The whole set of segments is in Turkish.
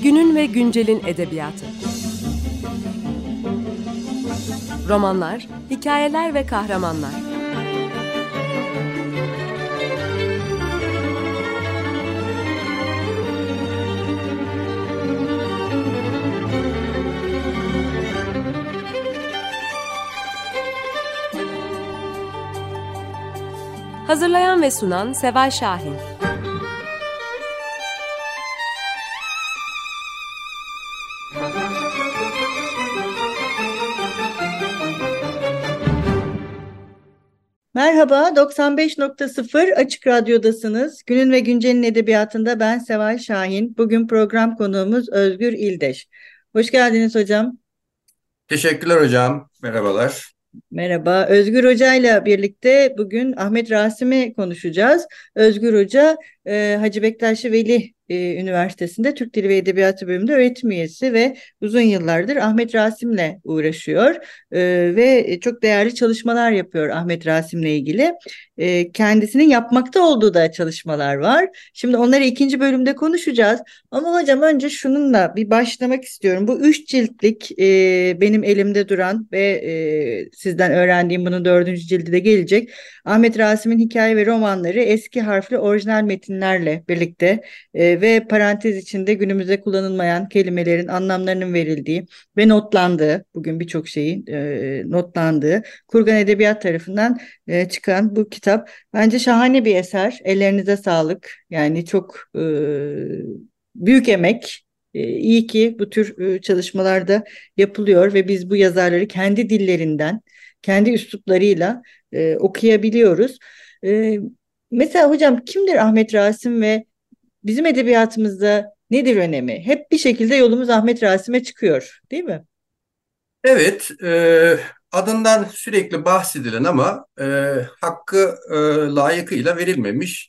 Günün ve güncelin edebiyatı. Romanlar, hikayeler ve kahramanlar. Hazırlayan ve sunan Seval Şahin. Merhaba, 95.0 Açık Radyo'dasınız. Günün ve Güncel'in edebiyatında ben Seval Şahin. Bugün program konuğumuz Özgür İldeş. Hoş geldiniz hocam. Teşekkürler hocam. Merhabalar. Merhaba. Özgür Hoca ile birlikte bugün Ahmet Rasim'i konuşacağız. Özgür Hoca Hacı Bektaş Veli Üniversitesi'nde Türk Dili ve Edebiyatı bölümünde öğretim üyesi ve uzun yıllardır Ahmet Rasim'le uğraşıyor. Ve çok değerli çalışmalar yapıyor Ahmet Rasim'le ilgili. Kendisinin yapmakta olduğu da çalışmalar var. Şimdi onları ikinci bölümde konuşacağız. Ama hocam önce şununla bir başlamak istiyorum. Bu 3 ciltlik benim elimde duran ve sizden öğrendiğim bunun 4. cildi de gelecek. Ahmet Rasim'in hikaye ve romanları eski harfli orijinal metinlerle birlikte ve parantez içinde günümüzde kullanılmayan kelimelerin anlamlarının verildiği ve notlandığı, bugün birçok şeyin notlandığı Kurgan Edebiyat tarafından çıkan bu kitap bence şahane bir eser. Ellerinize sağlık. Yani çok büyük emek. İyi ki bu tür çalışmalarda yapılıyor ve biz bu yazarları kendi dillerinden, kendi üsluplarıyla okuyabiliyoruz. E, Mesela hocam kimdir Ahmet Rasim ve bizim edebiyatımızda nedir önemi? Hep bir şekilde yolumuz Ahmet Rasim'e çıkıyor, değil mi? Evet, adından sürekli bahsedilen ama hakkı layıkıyla verilmemiş,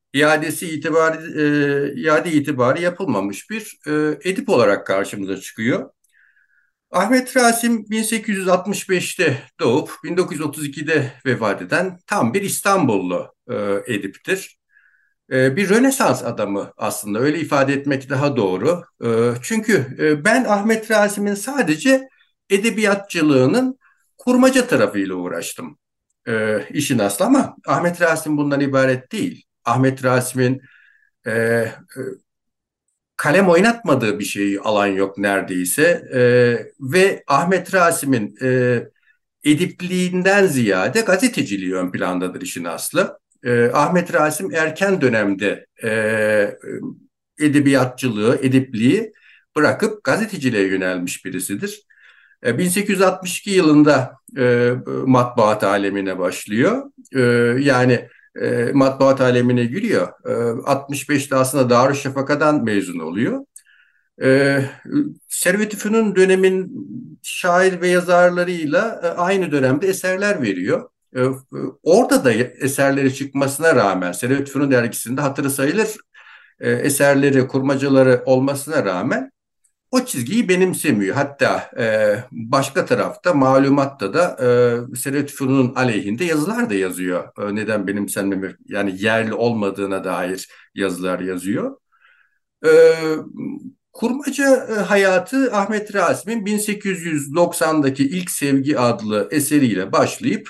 iade itibarı yapılmamış bir edip olarak karşımıza çıkıyor. Ahmet Rasim 1865'te doğup 1932'de vefat eden tam bir İstanbullu ediptir. Bir Rönesans adamı aslında öyle ifade etmek daha doğru. Çünkü ben Ahmet Rasim'in sadece edebiyatçılığının kurmaca tarafıyla uğraştım. İşin aslı ama Ahmet Rasim bundan ibaret değil. Ahmet Rasim'in e, kalem oynatmadığı bir şey alan yok neredeyse. Ve Ahmet Rasim'in edipliğinden ziyade gazeteciliği ön plandadır işin aslı. Ahmet Rasim erken dönemde edebiyatçılığı, edipliği bırakıp gazeteciliğe yönelmiş birisidir. 1862 yılında matbaat alemine başlıyor. Yani matbaat alemine giriyor. 65'te aslında Darüşşafaka'dan mezun oluyor. Ee, Servet-i Fünun dönemin şair ve yazarlarıyla aynı dönemde eserler veriyor. Orada da eserleri çıkmasına rağmen Servet-i Fünun dergisinde hatırı sayılır eserleri, kurmacaları olmasına rağmen o çizgiyi benimsemiyor. Hatta başka tarafta malumatta da Servet-i Fünun'un aleyhinde yazılar da yazıyor. Neden benimsenmeme yani yerli olmadığına dair yazılar yazıyor. E, Kurmaca hayatı Ahmet Rasim'in 1890'daki İlk Sevgi adlı eseriyle başlayıp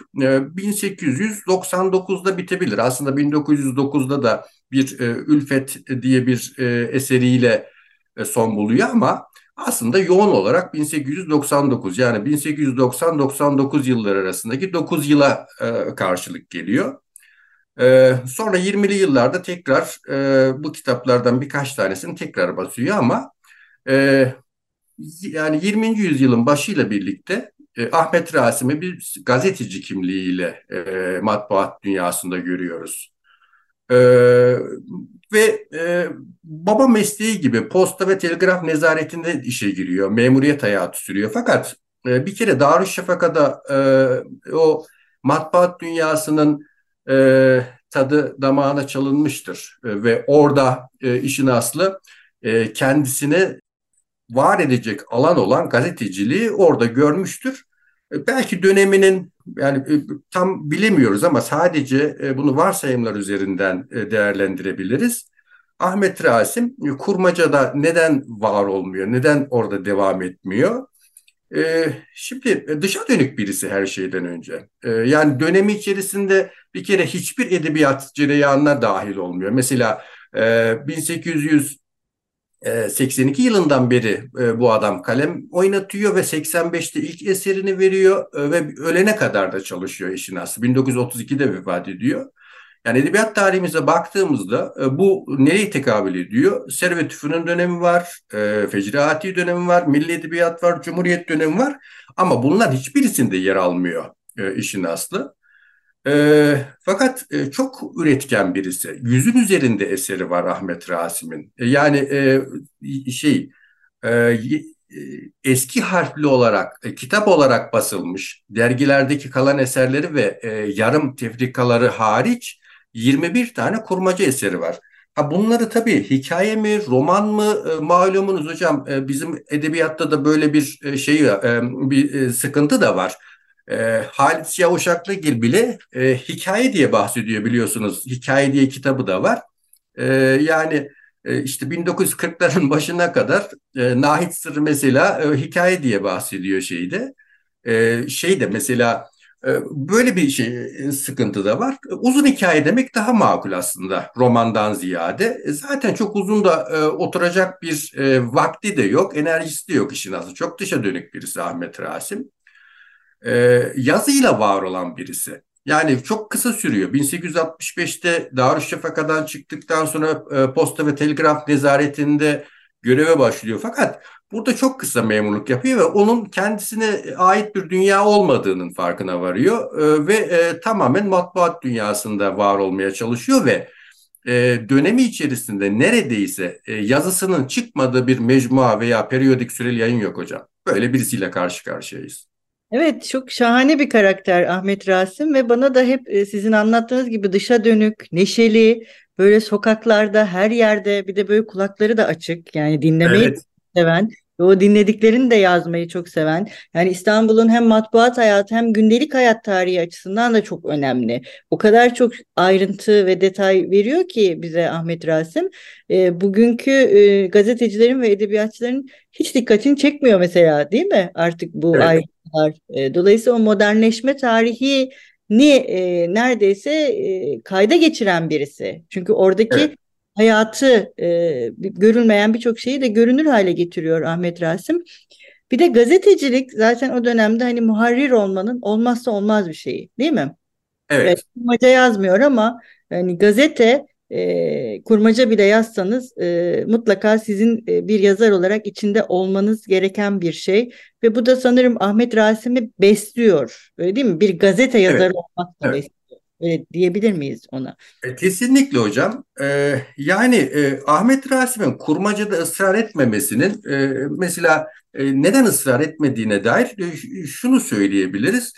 1899'da bitebilir. Aslında 1909'da da bir Ülfet diye bir eseriyle son buluyor ama aslında yoğun olarak 1899 yani 1890-99 yılları arasındaki 9 yıla karşılık geliyor. Sonra 20'li yıllarda tekrar bu kitaplardan birkaç tanesini tekrar basıyor ama e, yani 20. yüzyılın başıyla birlikte Ahmet Rasim'i bir gazeteci kimliğiyle matbuat dünyasında görüyoruz. E, Ve baba mesleği gibi posta ve telgraf nezaretinde işe giriyor. Memuriyet hayatı sürüyor. Fakat bir kere Darüşşafaka'da o matbuat dünyasının tadı damağına çalınmıştır. Ve orada işin aslı kendisine var edecek alan olan gazeteciliği orada görmüştür. Belki döneminin yani tam bilemiyoruz ama sadece bunu varsayımlar üzerinden değerlendirebiliriz. Ahmet Rasim kurmacada neden var olmuyor, neden orada devam etmiyor? Şimdi dışa dönük birisi her şeyden önce. Yani dönemi içerisinde bir kere hiçbir edebiyat cereyanına dahil olmuyor. Mesela 1882 yılından beri bu adam kalem oynatıyor ve 85'te ilk eserini veriyor ve ölene kadar da çalışıyor işin aslı. 1932'de vefat ediyor. Yani edebiyat tarihimize baktığımızda bu nereye tekabül ediyor? Servet Fünun dönemi var, Fecri Ati dönemi var, Milli Edebiyat var, Cumhuriyet dönemi var. Ama bunlar hiçbirisinde yer almıyor işin aslı. Fakat çok üretken birisi. Yüzün üzerinde eseri var Ahmet Rasim'in. Yani şey eski harfli olarak, kitap olarak basılmış dergilerdeki kalan eserleri ve yarım tefrikaları hariç 21 tane kurmaca eseri var. Ha bunları tabii hikaye mi, roman mı malumunuz hocam bizim edebiyatta da böyle bir bir sıkıntı da var. Halit Ziya Uşaklıgil bile hikaye diye bahsediyor biliyorsunuz. Hikaye diye kitabı da var. E, yani işte 1940'ların başına kadar Nahit Sırrı mesela hikaye diye bahsediyor şeyde. Şeyde mesela böyle bir sıkıntı da var. Uzun hikaye demek daha makul aslında romandan ziyade. Zaten çok uzun da oturacak bir vakti de yok, enerjisi de yok işin aslı. Çok dışa dönük birisi Ahmet Rasim. Yazıyla var olan birisi. Yani çok kısa sürüyor. 1865'te Darüşşafaka'dan çıktıktan sonra Posta ve Telgraf Nezaretinde göreve başlıyor. Fakat burada çok kısa memurluk yapıyor ve onun kendisine ait bir dünya olmadığının farkına varıyor. Ve tamamen matbuat dünyasında var olmaya çalışıyor ve dönemi içerisinde neredeyse yazısının çıkmadığı bir mecmua veya periyodik süreli yayın yok hocam. Böyle birisiyle karşı karşıyayız. Evet, çok şahane bir karakter Ahmet Rasim ve bana da hep sizin anlattığınız gibi dışa dönük, neşeli, böyle sokaklarda, her yerde, bir de böyle kulakları da açık, yani dinlemeyi Evet. seven ve o dinlediklerini de yazmayı çok seven. Yani İstanbul'un hem matbuat hayatı hem gündelik hayat tarihi açısından da çok önemli. O kadar çok ayrıntı ve detay veriyor ki bize Ahmet Rasim. Bugünkü gazetecilerin ve edebiyatçıların hiç dikkatini çekmiyor mesela, değil mi? Artık bu Evet. var. Dolayısıyla o modernleşme tarihini neredeyse kayda geçiren birisi. Çünkü Evet. oradaki hayatı görülmeyen birçok şeyi de görünür hale getiriyor Ahmet Rasim. Bir de gazetecilik zaten o dönemde hani muharrir olmanın olmazsa olmaz bir şeyi, değil mi? Evet. Kurmaca yazmıyor ama yani gazete kurmaca bile yazsanız mutlaka sizin bir yazar olarak içinde olmanız gereken bir şey ve bu da sanırım Ahmet Rasim'i besliyor. Öyle değil mi? Bir gazete yazarı Evet. olmak da Evet. besliyor. Öyle diyebilir miyiz ona? Kesinlikle hocam. Yani Ahmet Rasim'in kurmacada ısrar etmemesinin mesela neden ısrar etmediğine dair şunu söyleyebiliriz.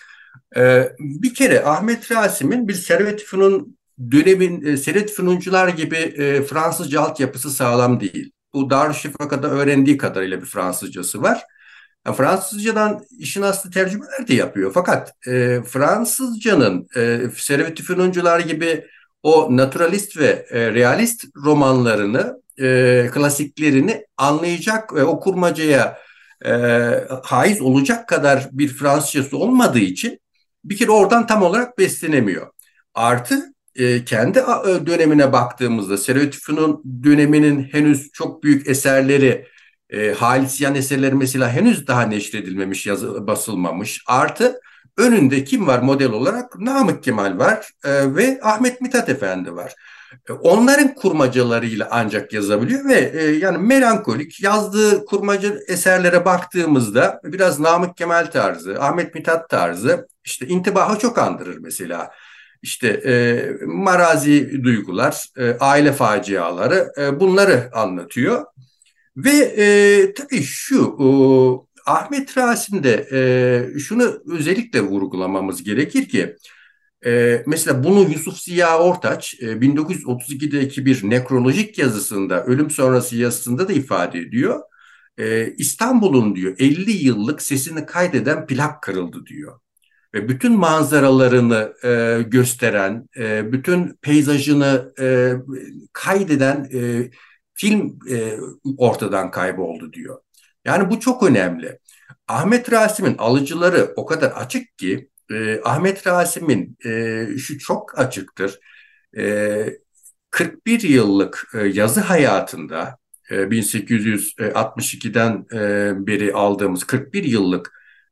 Bir kere Ahmet Rasim'in bir Servet Fünun Servet Fünuncular gibi Fransızca altyapısı sağlam değil. Bu Darüşşafaka'da öğrendiği kadarıyla bir Fransızcası var. Fransızcadan işin aslı tercümeler de yapıyor. Fakat Fransızcanın Servet-i Fünuncular gibi o naturalist ve realist romanlarını, klasiklerini anlayacak ve o kurmacaya e, haiz olacak kadar bir Fransızcası olmadığı için bir kere oradan tam olarak beslenemiyor. Artı kendi dönemine baktığımızda Servet-i Fünun döneminin henüz çok büyük eserleri Halis Ziyan eserleri mesela henüz daha neşredilmemiş, basılmamış. Artı önünde kim var model olarak? Namık Kemal var ve Ahmet Mithat Efendi var. Onların kurmacalarıyla ancak yazabiliyor ve yani melankolik yazdığı kurmaca eserlere baktığımızda biraz Namık Kemal tarzı, Ahmet Mithat tarzı işte intibahı çok andırır mesela. İşte marazi duygular, aile faciaları bunları anlatıyor. Ve tabii Ahmet Rasim'de şunu özellikle vurgulamamız gerekir ki mesela bunu Yusuf Ziya Ortaç 1932'deki bir nekrolojik yazısında, ölüm sonrası yazısında da ifade ediyor. İstanbul'un diyor 50 yıllık sesini kaydeden plak kırıldı diyor. ve bütün manzaralarını gösteren, bütün peyzajını kaydeden film ortadan kayboldu diyor. Yani bu çok önemli. Ahmet Rasim'in alıcıları o kadar açık ki, Ahmet Rasim'in şu çok açıktır. 41 yıllık yazı hayatında, 1862'den beri aldığımız 41 yıllık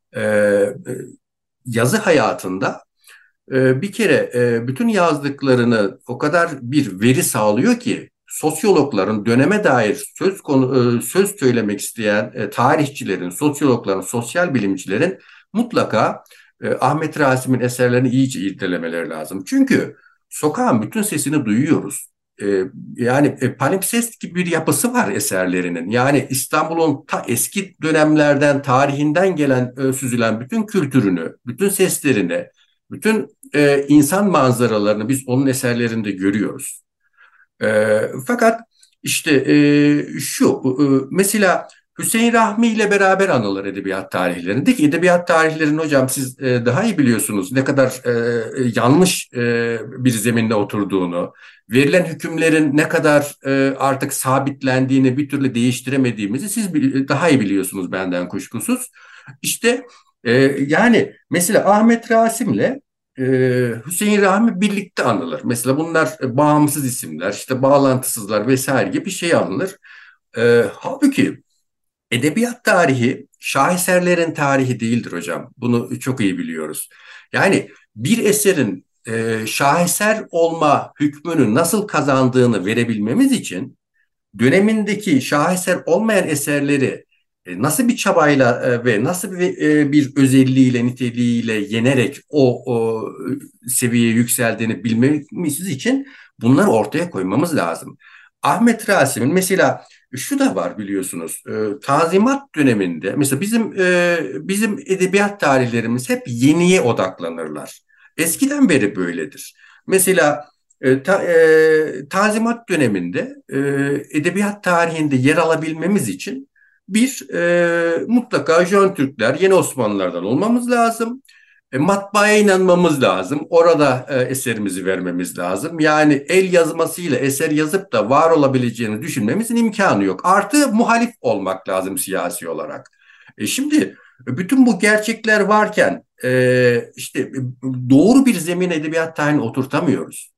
yazı hayatında bir kere bütün yazdıklarını o kadar bir veri sağlıyor ki, sosyologların döneme dair söz söylemek isteyen tarihçilerin, sosyologların, sosyal bilimcilerin mutlaka Ahmet Rasim'in eserlerini iyice irdelemeleri lazım. Çünkü sokağın bütün sesini duyuyoruz. Yani palimpsest gibi bir yapısı var eserlerinin. Yani İstanbul'un ta eski dönemlerden, tarihinden gelen, süzülen bütün kültürünü, bütün seslerini, bütün insan manzaralarını biz onun eserlerinde görüyoruz. Fakat işte mesela Hüseyin Rahmi ile beraber anılır edebiyat tarihlerinde, ki edebiyat tarihlerinin hocam siz daha iyi biliyorsunuz ne kadar yanlış bir zeminde oturduğunu, verilen hükümlerin ne kadar artık sabitlendiğini, bir türlü değiştiremediğimizi siz daha iyi biliyorsunuz benden kuşkusuz. İşte yani mesela Ahmet Rasim'le Hüseyin Rahmi birlikte anılır. Mesela bunlar bağımsız isimler, işte bağlantısızlar vesaire gibi bir şey alınır. Halbuki edebiyat tarihi şaheserlerin tarihi değildir hocam. Bunu çok iyi biliyoruz. Yani bir eserin şaheser olma hükmünü nasıl kazandığını verebilmemiz için dönemindeki şaheser olmayan eserleri nasıl bir çabayla ve nasıl bir özelliğiyle, niteliğiyle yenerek o seviyeye yükseldiğini bilmemiz için bunları ortaya koymamız lazım. Ahmet Rasim'in mesela şu da var biliyorsunuz. Tanzimat döneminde mesela bizim edebiyat tarihlerimiz hep yeniye odaklanırlar. Eskiden beri böyledir. Mesela Tanzimat döneminde edebiyat tarihinde yer alabilmemiz için mutlaka Jön Türkler, Yeni Osmanlılardan olmamız lazım. Matbaaya inanmamız lazım. Orada eserimizi vermemiz lazım. Yani el yazmasıyla eser yazıp da var olabileceğini düşünmemizin imkanı yok. Artı muhalif olmak lazım siyasi olarak. Şimdi bütün bu gerçekler varken işte doğru bir zemin edebiyat tarihine oturtamıyoruz.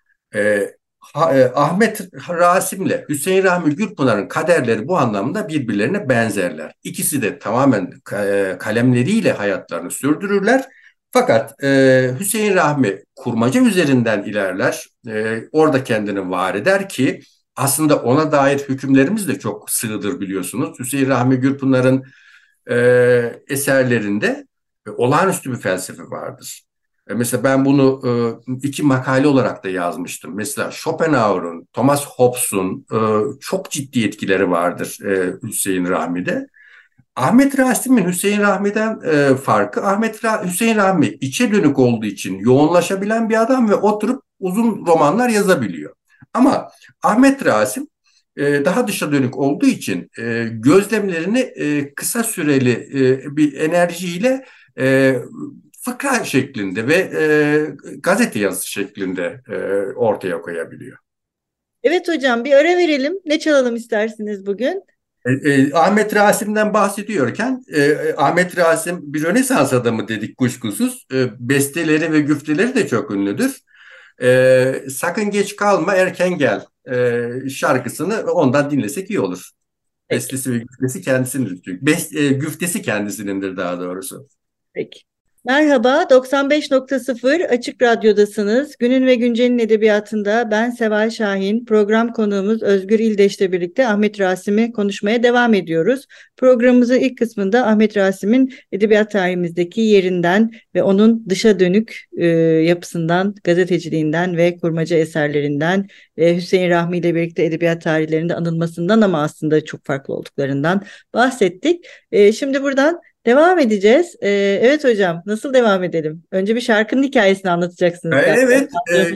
Ahmet Rasim'le Hüseyin Rahmi Gürpınar'ın kaderleri bu anlamda birbirlerine benzerler. İkisi de tamamen kalemleriyle hayatlarını sürdürürler. Fakat Hüseyin Rahmi kurmaca üzerinden ilerler. Orada kendini var eder ki aslında ona dair hükümlerimiz de çok sığdır biliyorsunuz. Hüseyin Rahmi Gürpınar'ın eserlerinde olağanüstü bir felsefe vardır. Mesela ben bunu iki makale olarak da yazmıştım. Mesela Schopenhauer'un, Thomas Hobbes'un çok ciddi etkileri vardır Hüseyin Rahmi'de. Ahmet Rasim'in Hüseyin Rahmi'den farkı, Hüseyin Rahmi içe dönük olduğu için yoğunlaşabilen bir adam ve oturup uzun romanlar yazabiliyor. Ama Ahmet Rasim daha dışa dönük olduğu için gözlemlerini kısa süreli bir enerjiyle fıkra şeklinde ve gazete yazısı şeklinde ortaya koyabiliyor. Evet hocam, bir ara verelim. Ne çalalım istersiniz bugün? Ahmet Rasim'den bahsediyorken Ahmet Rasim bir Rönesans adamı dedik kuşkusuz. Besteleri ve güfteleri de çok ünlüdür. Sakın geç kalma erken gel şarkısını ondan dinlesek iyi olur. Peki. Bestesi ve güftesi kendisinindir. Güftesi kendisinindir daha doğrusu. Peki. Merhaba, 95.0 Açık Radyo'dasınız. Günün ve Güncel'in edebiyatında ben Seval Şahin, program konuğumuz Özgür İldeş'le birlikte Ahmet Rasim'i konuşmaya devam ediyoruz. Programımızın ilk kısmında Ahmet Rasim'in edebiyat tarihimizdeki yerinden ve onun dışa dönük yapısından, gazeteciliğinden ve kurmaca eserlerinden, Hüseyin Rahmi ile birlikte edebiyat tarihlerinde anılmasından ama aslında çok farklı olduklarından bahsettik. Şimdi buradan devam edeceğiz. Evet hocam, nasıl devam edelim? Önce bir şarkının hikayesini anlatacaksınız galiba. Evet,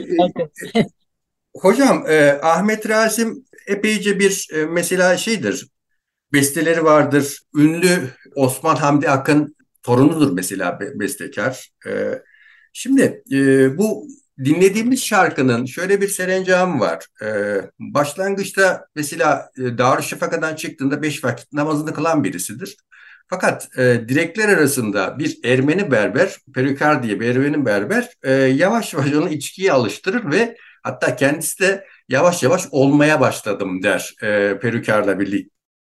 hocam Ahmet Rasim epeyce mesela besteleri vardır. Ünlü Osman Hamdi Akın torunudur mesela bestekar. Şimdi bu dinlediğimiz şarkının şöyle bir serencamı var. Başlangıçta mesela Darüşşafaka'dan çıktığında 5 vakit namazını kılan birisidir. Fakat direkler arasında bir Ermeni berber, Perukar diye bir Ermeni berber yavaş yavaş onu içkiye alıştırır ve hatta kendisi de yavaş yavaş olmaya başladım der Perukar'la birlikte.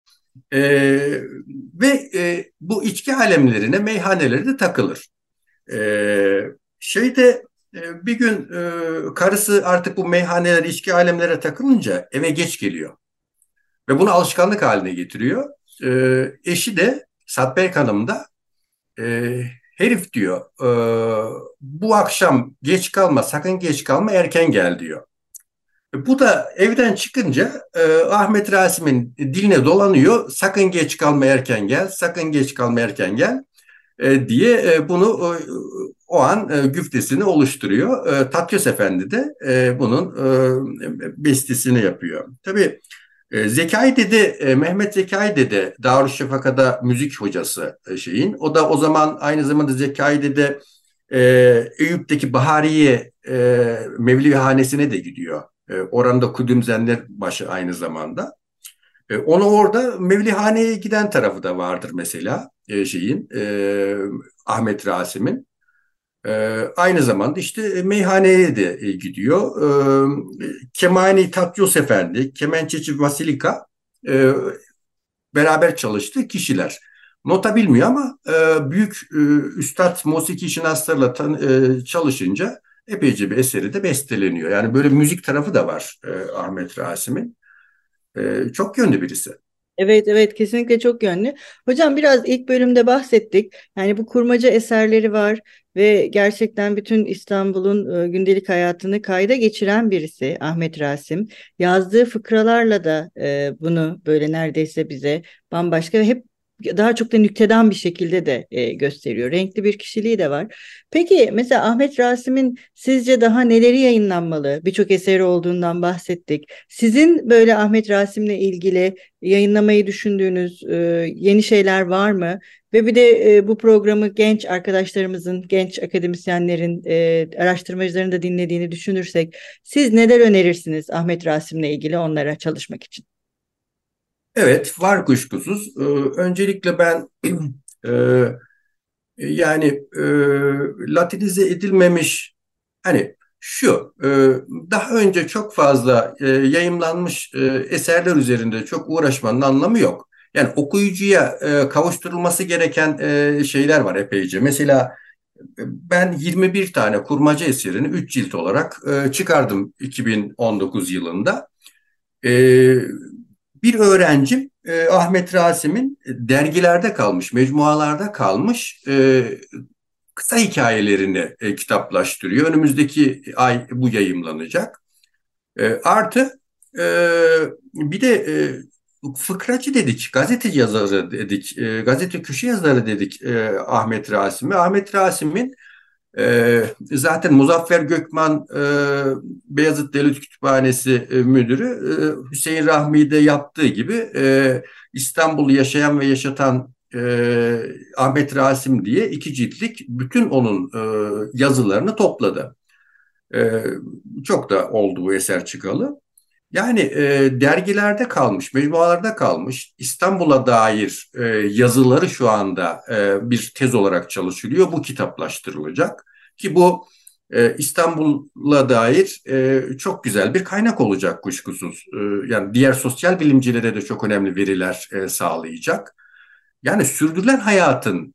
Ve bu içki alemlerine, meyhanelere de takılır. Ee, şeyde Bir gün karısı artık bu meyhaneler, içki alemlere takılınca eve geç geliyor. Ve bunu alışkanlık haline getiriyor. Eşi de Satbek Hanım da e, herif diyor, bu akşam geç kalma, sakın geç kalma, erken gel diyor. Bu da evden çıkınca Ahmet Rasim'in diline dolanıyor. Sakın geç kalma, erken gel, sakın geç kalma, erken gel diye bunu o an güftesini oluşturuyor. Tatyos Efendi de bunun bestesini yapıyor. Tabii Zekai Dede, Mehmet Zekai Dede Darüşşafaka'da müzik hocası şeyin. O da o zaman aynı zamanda Zekai Dede Eyüp'teki Bahariye Mevlivihanesine de gidiyor. Oranda Kudümzenler başı aynı zamanda. Onu orada Mevlihane'ye giden tarafı da vardır mesela Ahmet Rasim'in. Aynı zamanda işte meyhaneye de gidiyor. Kemani Tatyos Efendi, kemençeci Vasilika beraber çalıştığı kişiler. Nota bilmiyor ama büyük üstad musiki şinaslarla çalışınca epeyce bir eseri de besteleniyor. Yani böyle müzik tarafı da var Ahmet Rasim'in. Çok yönlü birisi. Evet, evet, kesinlikle çok yönlü. Hocam biraz ilk bölümde bahsettik. Yani bu kurmaca eserleri var ve gerçekten bütün İstanbul'un gündelik hayatını kayda geçiren birisi Ahmet Rasim. Yazdığı fıkralarla da bunu böyle neredeyse bize bambaşka ve hep daha çok da nüktedan bir şekilde de gösteriyor. Renkli bir kişiliği de var. Peki mesela Ahmet Rasim'in sizce daha neleri yayınlanmalı? Birçok eseri olduğundan bahsettik. Sizin böyle Ahmet Rasim'le ilgili yayınlamayı düşündüğünüz yeni şeyler var mı? Ve bir de bu programı genç arkadaşlarımızın, genç akademisyenlerin, araştırmacıların da dinlediğini düşünürsek, siz neler önerirsiniz Ahmet Rasim'le ilgili onlara çalışmak için? Evet, var kuşkusuz. Öncelikle ben e, yani Latinize edilmemiş, hani daha önce çok fazla yayımlanmış eserler üzerinde çok uğraşmanın anlamı yok. Yani okuyucuya kavuşturulması gereken şeyler var epeyce. Mesela ben 21 tane kurmaca eserini 3 cilt olarak çıkardım 2019 yılında. E, Bir öğrencim Ahmet Rasim'in dergilerde kalmış, mecmualarda kalmış kısa hikayelerini kitaplaştırıyor. Önümüzdeki ay bu yayımlanacak. Artı e, bir de fıkracı dedik, gazeteci yazarı dedik, gazete köşe yazarı dedik Ahmet Rasim'e. Ahmet Rasim'in zaten Muzaffer Gökmen Beyazıt Devlet Kütüphanesi müdürü Hüseyin Rahmi'de yaptığı gibi İstanbul'u yaşayan ve yaşatan Ahmet Rasim diye 2 ciltlik bütün onun yazılarını topladı. Çok da oldu bu eser çıkalı. Yani dergilerde kalmış, mecmualarda kalmış İstanbul'a dair yazıları şu anda bir tez olarak çalışılıyor. Bu kitaplaştırılacak ki bu İstanbul'a dair çok güzel bir kaynak olacak kuşkusuz. Yani diğer sosyal bilimcilere de çok önemli veriler sağlayacak. Yani sürdürülen hayatın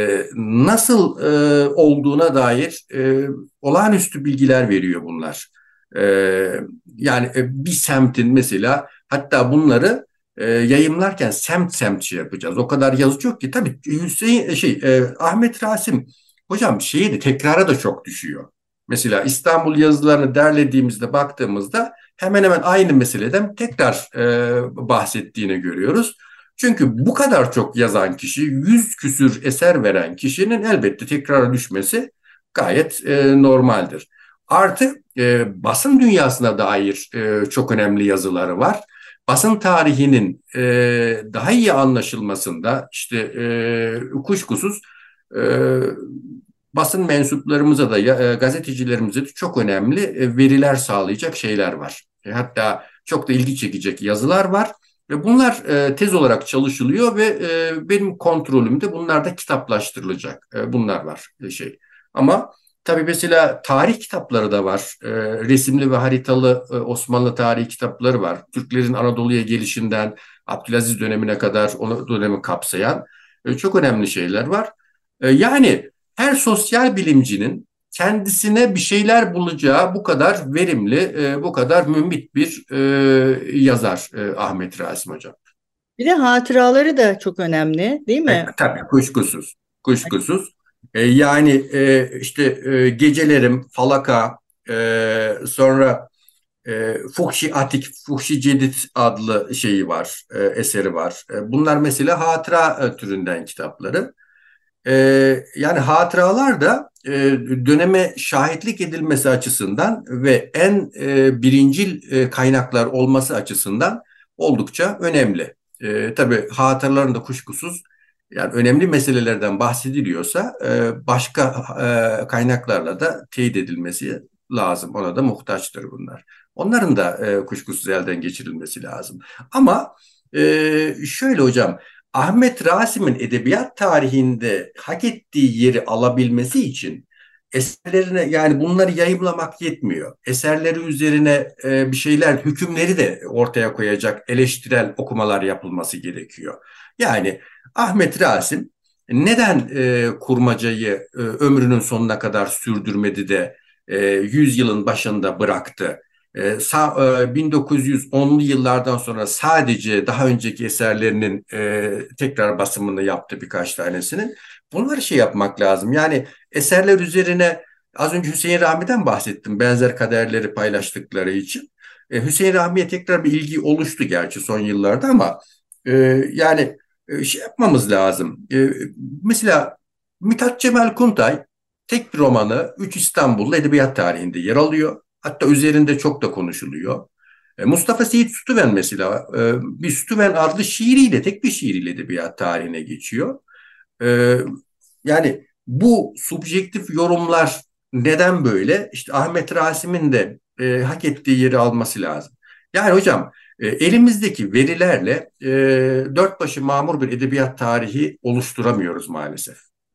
nasıl olduğuna dair olağanüstü bilgiler veriyor bunlar. E, Yani bir semtin mesela, hatta bunları yayımlarken semt semt şey yapacağız. O kadar yazı yok ki. Tabii Ahmet Rasim hocam de tekrara da çok düşüyor. Mesela İstanbul yazılarını derlediğimizde baktığımızda hemen hemen aynı meseleden tekrar bahsettiğini görüyoruz. Çünkü bu kadar çok yazan kişi, 100 küsür eser veren kişinin elbette tekrara düşmesi gayet normaldir. Artı basın dünyasına dair çok önemli yazıları var. Basın tarihinin daha iyi anlaşılmasında işte kuşkusuz e, basın mensuplarımıza da gazetecilerimize de çok önemli veriler sağlayacak şeyler var. Hatta çok da ilgi çekecek yazılar var. Ve bunlar tez olarak çalışılıyor ve benim kontrolümde bunlar da kitaplaştırılacak. Bunlar var Ama tabii mesela tarih kitapları da var. Resimli ve haritalı Osmanlı tarihi kitapları var. Türklerin Anadolu'ya gelişinden Abdülaziz dönemine kadar onu dönemi kapsayan çok önemli şeyler var. Yani her sosyal bilimcinin kendisine bir şeyler bulacağı bu kadar verimli, bu kadar mümbit bir yazar Ahmet Rasim Hocam. Bir de hatıraları da çok önemli, değil mi? Tabii kuşkusuz, kuşkusuz. Yani işte Gecelerim, Falaka, sonra Fuhşi Atik, Fuhşi Cedid adlı şeyi var, eseri var. Bunlar mesela hatıra türünden kitapları. Yani hatıralar da döneme şahitlik edilmesi açısından ve en birincil kaynaklar olması açısından oldukça önemli. Tabii hatıraların da kuşkusuz yani önemli meselelerden bahsediliyorsa başka kaynaklarla da teyit edilmesi lazım. Ona da muhtaçtır bunlar. Onların da kuşkusuz elden geçirilmesi lazım. Ama şöyle hocam, Ahmet Rasim'in edebiyat tarihinde hak ettiği yeri alabilmesi için eserlerine yani bunları yayımlamak yetmiyor. Eserleri üzerine bir şeyler, hükümleri de ortaya koyacak eleştirel okumalar yapılması gerekiyor. Yani Ahmet Rasim neden kurmacayı ömrünün sonuna kadar sürdürmedi de 100 yılın başında bıraktı? 1910'lu yıllardan sonra sadece daha önceki eserlerinin tekrar basımını yaptı birkaç tanesinin. Bunları yapmak lazım. Yani eserler üzerine az önce Hüseyin Rahmi'den bahsettim. Benzer kaderleri paylaştıkları için. Hüseyin Rahmi'ye tekrar bir ilgi oluştu gerçi son yıllarda ama yani yapmamız lazım. Mesela Mithat Cemal Kuntay tek bir romanı Üç İstanbul'da edebiyat tarihinde yer alıyor. Hatta üzerinde çok da konuşuluyor. Mustafa Seyit Sütüven mesela bir Sütüven adlı şiiriyle tek bir şiiriyle edebiyat tarihine geçiyor. Yani bu subjektif yorumlar neden böyle? İşte Ahmet Rasim'in de hak ettiği yeri alması lazım. Yani hocam elimizdeki verilerle dört başı mamur bir edebiyat tarihi oluşturamıyoruz maalesef.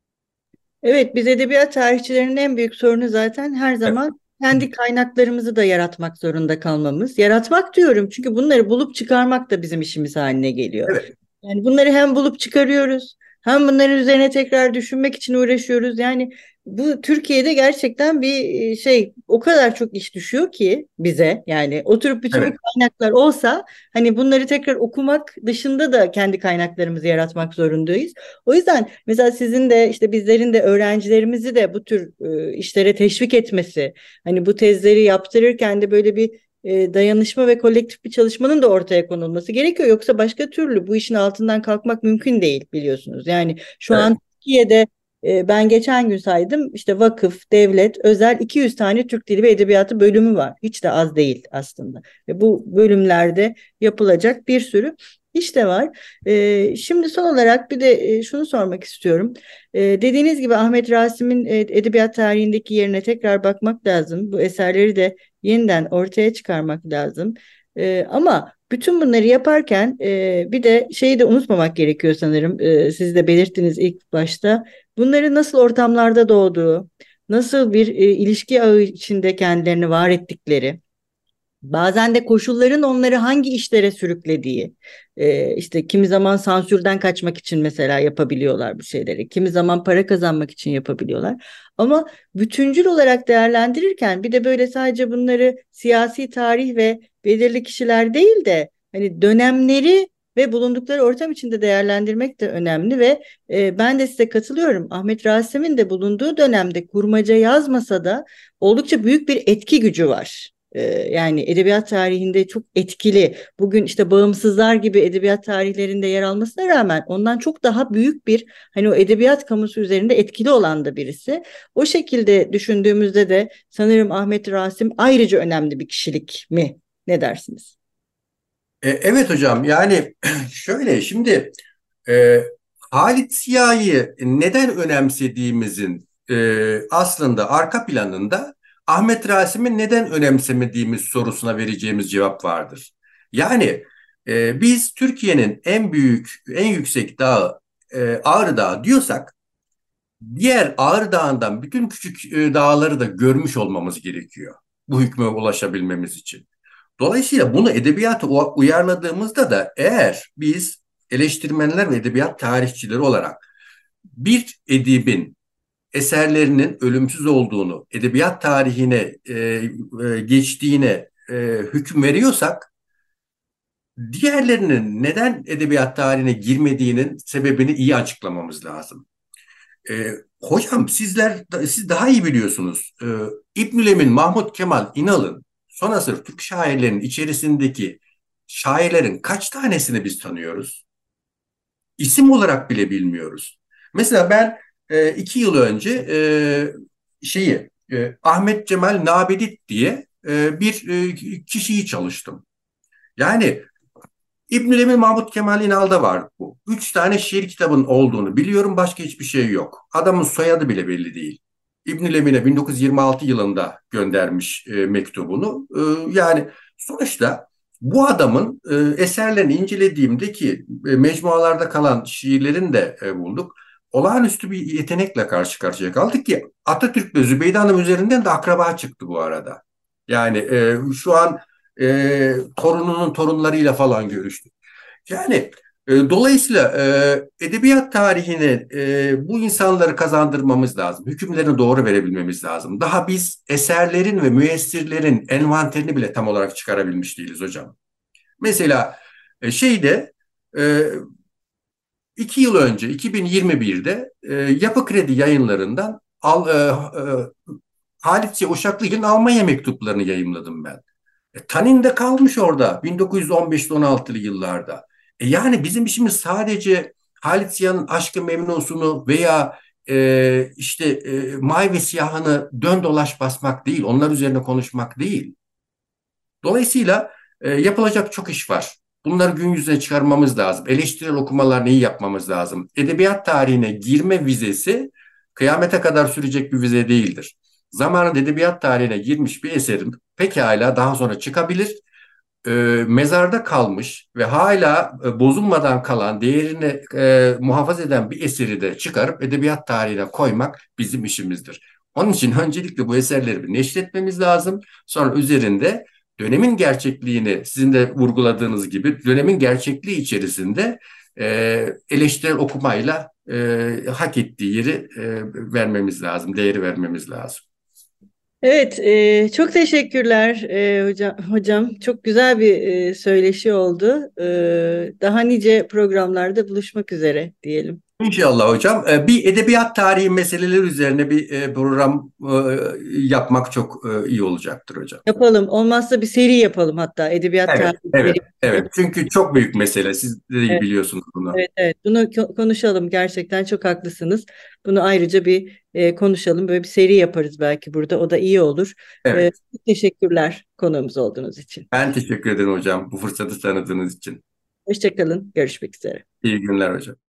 Evet, biz edebiyat tarihçilerinin en büyük sorunu zaten her Evet. zaman kendi kaynaklarımızı da yaratmak zorunda kalmamız. Yaratmak diyorum çünkü bunları bulup çıkarmak da bizim işimiz haline geliyor. Evet. Yani bunları hem bulup çıkarıyoruz, hem bunların üzerine tekrar düşünmek için uğraşıyoruz. Yani bu Türkiye'de gerçekten bir o kadar çok iş düşüyor ki bize. Yani oturup bütün bu Evet. kaynaklar olsa hani bunları tekrar okumak dışında da kendi kaynaklarımızı yaratmak zorundayız. O yüzden mesela sizin de işte bizlerin de öğrencilerimizi de bu tür işlere teşvik etmesi, hani bu tezleri yaptırırken de böyle bir dayanışma ve kolektif bir çalışmanın da ortaya konulması gerekiyor. Yoksa başka türlü bu işin altından kalkmak mümkün değil biliyorsunuz. Yani şu Evet. an Türkiye'de ben geçen gün saydım işte vakıf, devlet, özel 200 tane Türk Dili ve Edebiyatı bölümü var. Hiç de az değil aslında. Ve bu bölümlerde yapılacak bir sürü iş de var. Şimdi son olarak bir de şunu sormak istiyorum. Dediğiniz gibi Ahmet Rasim'in edebiyat tarihindeki yerine tekrar bakmak lazım. Bu eserleri de yeniden ortaya çıkarmak lazım. Ama bütün bunları yaparken bir de şeyi de unutmamak gerekiyor sanırım. Siz de belirttiniz ilk başta. Bunları nasıl ortamlarda doğduğu, nasıl bir ilişki ağı içinde kendilerini var ettikleri, bazen de koşulların onları hangi işlere sürüklediği, işte kimi zaman sansürden kaçmak için mesela yapabiliyorlar bu şeyleri, kimi zaman para kazanmak için yapabiliyorlar. Ama bütüncül olarak değerlendirirken bir de böyle sadece bunları siyasi tarih ve belirli kişiler değil de hani dönemleri ve bulundukları ortam içinde değerlendirmek de önemli ve ben de size katılıyorum. Ahmet Rasim'in de bulunduğu dönemde kurmaca yazmasa da oldukça büyük bir etki gücü var. Yani edebiyat tarihinde çok etkili. Bugün işte bağımsızlar gibi edebiyat tarihlerinde yer almasına rağmen ondan çok daha büyük bir hani o edebiyat kamusu üzerinde etkili olan da birisi. O şekilde düşündüğümüzde de sanırım Ahmet Rasim ayrıca önemli bir kişilik mi? Ne dersiniz? Evet hocam yani şöyle şimdi e, Halit Ziya'yı neden önemsediğimizin aslında arka planında Ahmet Rasim'i neden önemsemediğimiz sorusuna vereceğimiz cevap vardır. Yani biz Türkiye'nin en büyük, en yüksek dağı Ağrı Dağı diyorsak, diğer Ağrı Dağı'ndan bütün küçük dağları da görmüş olmamız gerekiyor bu hükme ulaşabilmemiz için. Dolayısıyla bunu edebiyata uyarladığımızda da eğer biz eleştirmenler ve edebiyat tarihçileri olarak bir edibin eserlerinin ölümsüz olduğunu, edebiyat tarihine geçtiğine hüküm veriyorsak, diğerlerinin neden edebiyat tarihine girmediğinin sebebini iyi açıklamamız lazım. Hocam siz daha iyi biliyorsunuz. İbnül Emin, Mahmut Kemal İnal'ın son asır Türk şairlerinin içerisindeki şairlerin kaç tanesini biz tanıyoruz? İsim olarak bile bilmiyoruz. Mesela ben 2 yıl önce Ahmet Cemal Nabedit diye bir kişiyi çalıştım. Yani İbnül Emin, Mahmut Kemal İnal'da var bu. 3 tane şiir kitabın olduğunu biliyorum. Başka hiçbir şey yok. Adamın soyadı bile belli değil. İbnül Emin'e 1926 yılında göndermiş mektubunu. Yani sonuçta bu adamın eserlerini incelediğimde ki mecmualarda kalan şiirlerini de bulduk. Olağanüstü bir yetenekle karşı karşıya kaldık ki Atatürk ve Zübeyde Hanım üzerinden de akraba çıktı bu arada. Yani şu an torununun torunlarıyla falan görüştük. Yani dolayısıyla edebiyat tarihine bu insanları kazandırmamız lazım. Hükümlerini doğru verebilmemiz lazım. Daha biz eserlerin ve müessirlerin envanterini bile tam olarak çıkarabilmiş değiliz hocam. Mesela şeyde e, 2 yıl önce 2021'de Yapı Kredi Yayınları'ndan Halit Ziya Uşaklıgil'in Almanya mektuplarını yayımladım ben. Tanin kalmış orada 1915'li 16'lı yıllarda. Yani bizim işimiz sadece Halit Ziya'nın Aşk-ı Memnun'sunu veya May ve Siyah'ını dön dolaş basmak değil, onlar üzerine konuşmak değil. Dolayısıyla yapılacak çok iş var. Bunları gün yüzüne çıkarmamız lazım. Eleştirel okumalar neyi yapmamız lazım? Edebiyat tarihine girme vizesi kıyamete kadar sürecek bir vize değildir. Zamanında edebiyat tarihine girmiş bir eserin pekala daha sonra çıkabilir. Mezarda kalmış ve hala bozulmadan kalan, değerini muhafaza eden bir eseri de çıkarıp edebiyat tarihine koymak bizim işimizdir. Onun için öncelikle bu eserleri bir neşretmemiz lazım. Sonra üzerinde dönemin gerçekliğini, sizin de vurguladığınız gibi dönemin gerçekliği içerisinde eleştirel okumayla hak ettiği yeri vermemiz lazım, değeri vermemiz lazım. Evet, çok teşekkürler hocam. Çok güzel bir söyleşi oldu. Daha nice programlarda buluşmak üzere diyelim. İnşallah hocam. Bir edebiyat tarihi meseleleri üzerine bir program yapmak çok iyi olacaktır hocam. Yapalım. Olmazsa bir seri yapalım hatta edebiyat Evet, tarihi evet, serisi. evet. Çünkü çok büyük mesele. Siz de iyi Evet, biliyorsunuz bunu. evet, evet. Bunu konuşalım. Gerçekten çok haklısınız. Bunu ayrıca bir konuşalım. Böyle bir seri yaparız belki burada. O da iyi olur. Evet. Çok teşekkürler konuğumuz olduğunuz için. Ben teşekkür ederim hocam bu fırsatı tanıdığınız için. Hoşça kalın. Görüşmek üzere. İyi günler hocam.